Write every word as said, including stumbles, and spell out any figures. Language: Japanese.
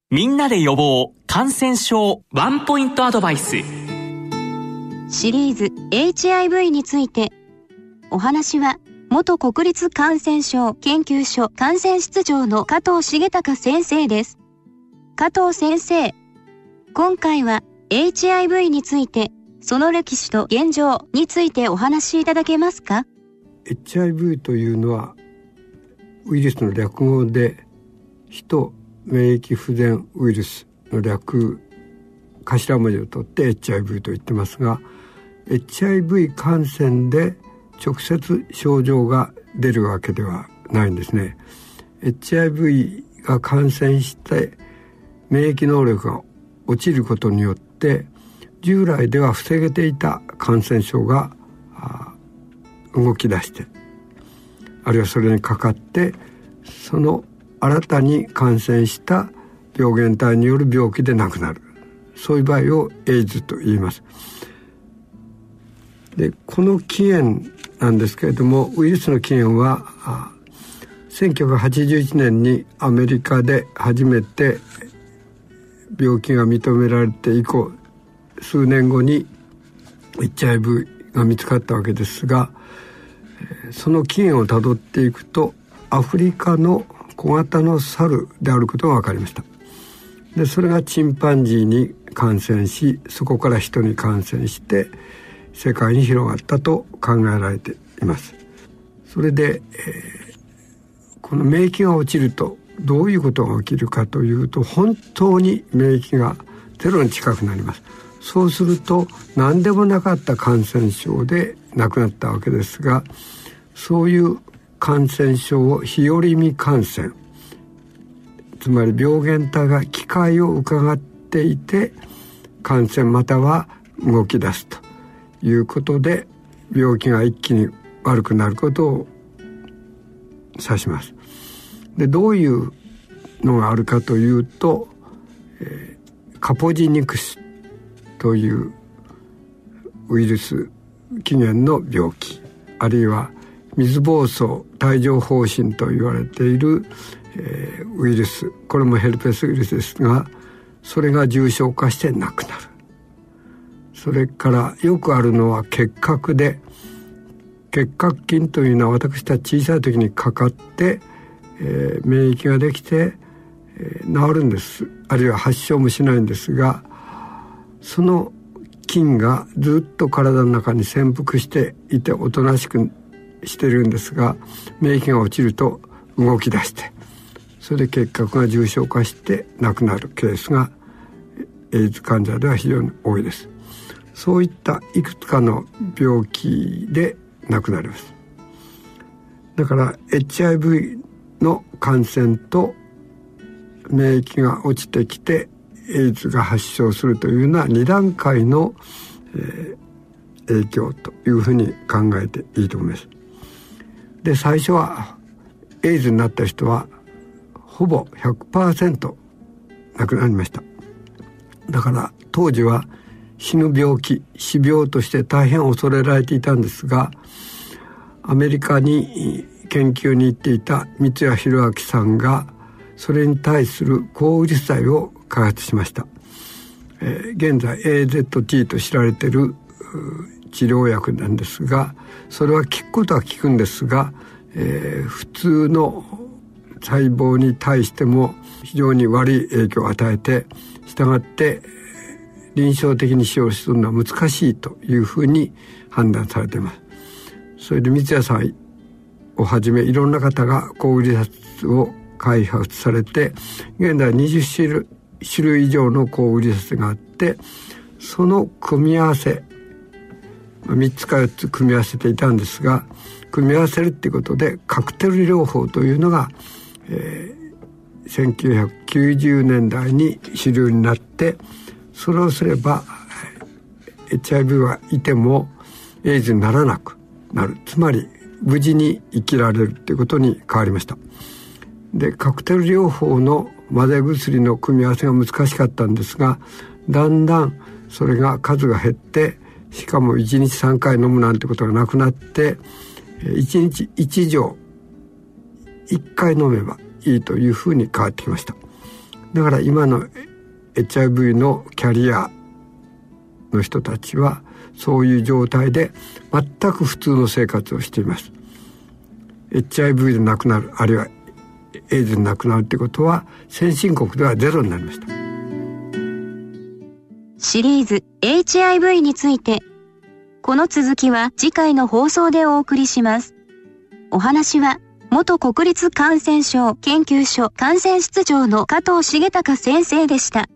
みんなで予防感染症ワンポイントアドバイスシリーズ エイチアイブイ について。お話は元国立感染症研究所感染室長の加藤重隆先生です。加藤先生、今回は エイチアイブイ について、その歴史と現状についてお話しいただけますか？ エイチアイブイ というのはウイルスの略語で、ヒト免疫不全ウイルスの略頭文字を取って エイチアイブイ と言ってますが、 エイチアイブイ 感染で直接症状が出るわけではないんですね。 エイチアイブイ が感染して免疫能力が落ちることによって、従来では防げていた感染症が動き出して、あるいはそれにかかって、その新たに感染した病原体による病気で亡くなる、そういう場合をエイズと言います。で、この起源なんですけれども、ウイルスの起源はせんきゅうひゃくはちじゅういちねんにアメリカで初めて病気が認められて以降、数年後に エイチアイブイ が見つかったわけですが、その起源をたどっていくと、アフリカの小型の猿であることが分かりました。で、それがチンパンジーに感染し、そこから人に感染して世界に広がったと考えられています。それで、えー、この免疫が落ちるとどういうことが起きるかというと、本当に免疫がゼロに近くなります。そうすると何でもなかった感染症で亡くなったわけですが、そういう感染症を日和見感染、つまり病原体が機会を伺っていて感染または動き出すということで、病気が一気に悪くなることを指します。で、どういうのがあるかというと、えー、カポジニクスというウイルス起源の病気、あるいは水疱瘡、帯状疱疹と言われている、えー、ウイルス、これもヘルペスウイルスですが、それが重症化して亡くなる。それからよくあるのは結核で、結核菌というのは私たち小さい時にかかって、えー、免疫ができて、えー、治るんです。あるいは発症もしないんですが、その菌がずっと体の中に潜伏していておとなしくしてるんですが、免疫が落ちると動き出して、それで結核が重症化して亡くなるケースがエイズ患者では非常に多いです。そういったいくつかの病気で亡くなります。だから エイチアイブイ の感染と免疫が落ちてきてエイズが発症するというようなに段階の、えー、影響というふうに考えていいと思います。で、最初はエイズになった人はほぼ ひゃくパーセント 亡くなりました。だから当時は死ぬ病気、死病として大変恐れられていたんですが、アメリカに研究に行っていた三谷弘明さんがそれに対する抗ウイルス剤を開発しました。えー、現在 エーゼットティー と知られている治療薬なんですが、それは効くことは効くんですが、えー、普通の細胞に対しても非常に悪い影響を与えて、したがって臨床的に使用するのは難しいというふうに判断されています。それで三谷さんをはじめいろんな方が抗ウイルスを開発されて、現在にじゅっ種類以上の抗ウイルスがあって、その組み合わせみっつかよっつ組み合わせていたんですが、組み合わせるっていうことでカクテル療法というのが、えー、せんきゅうひゃくきゅうじゅうねんだいに主流になって、それをすれば エイチアイブイ はいてもエイズにならなくなる、つまり無事に生きられるということに変わりました。で、カクテル療法の混ぜ薬の組み合わせが難しかったんですが、だんだんそれが数が減って、しかもいちにちさんかい飲むなんてことがなくなって、いちにちいち錠いっかい飲めばいいというふうに変わってきました。 だから今の エイチアイブイ のキャリアの人たちはそういう状態で全く普通の生活をしています。 エイチアイブイ で亡くなる、あるいはエイズで亡くなるってことは先進国ではゼロになりました。 シリーズ エイチアイブイ について、この続きは次回の放送でお送りします。お話は元国立感染症研究所感染室長の加藤重隆先生でした。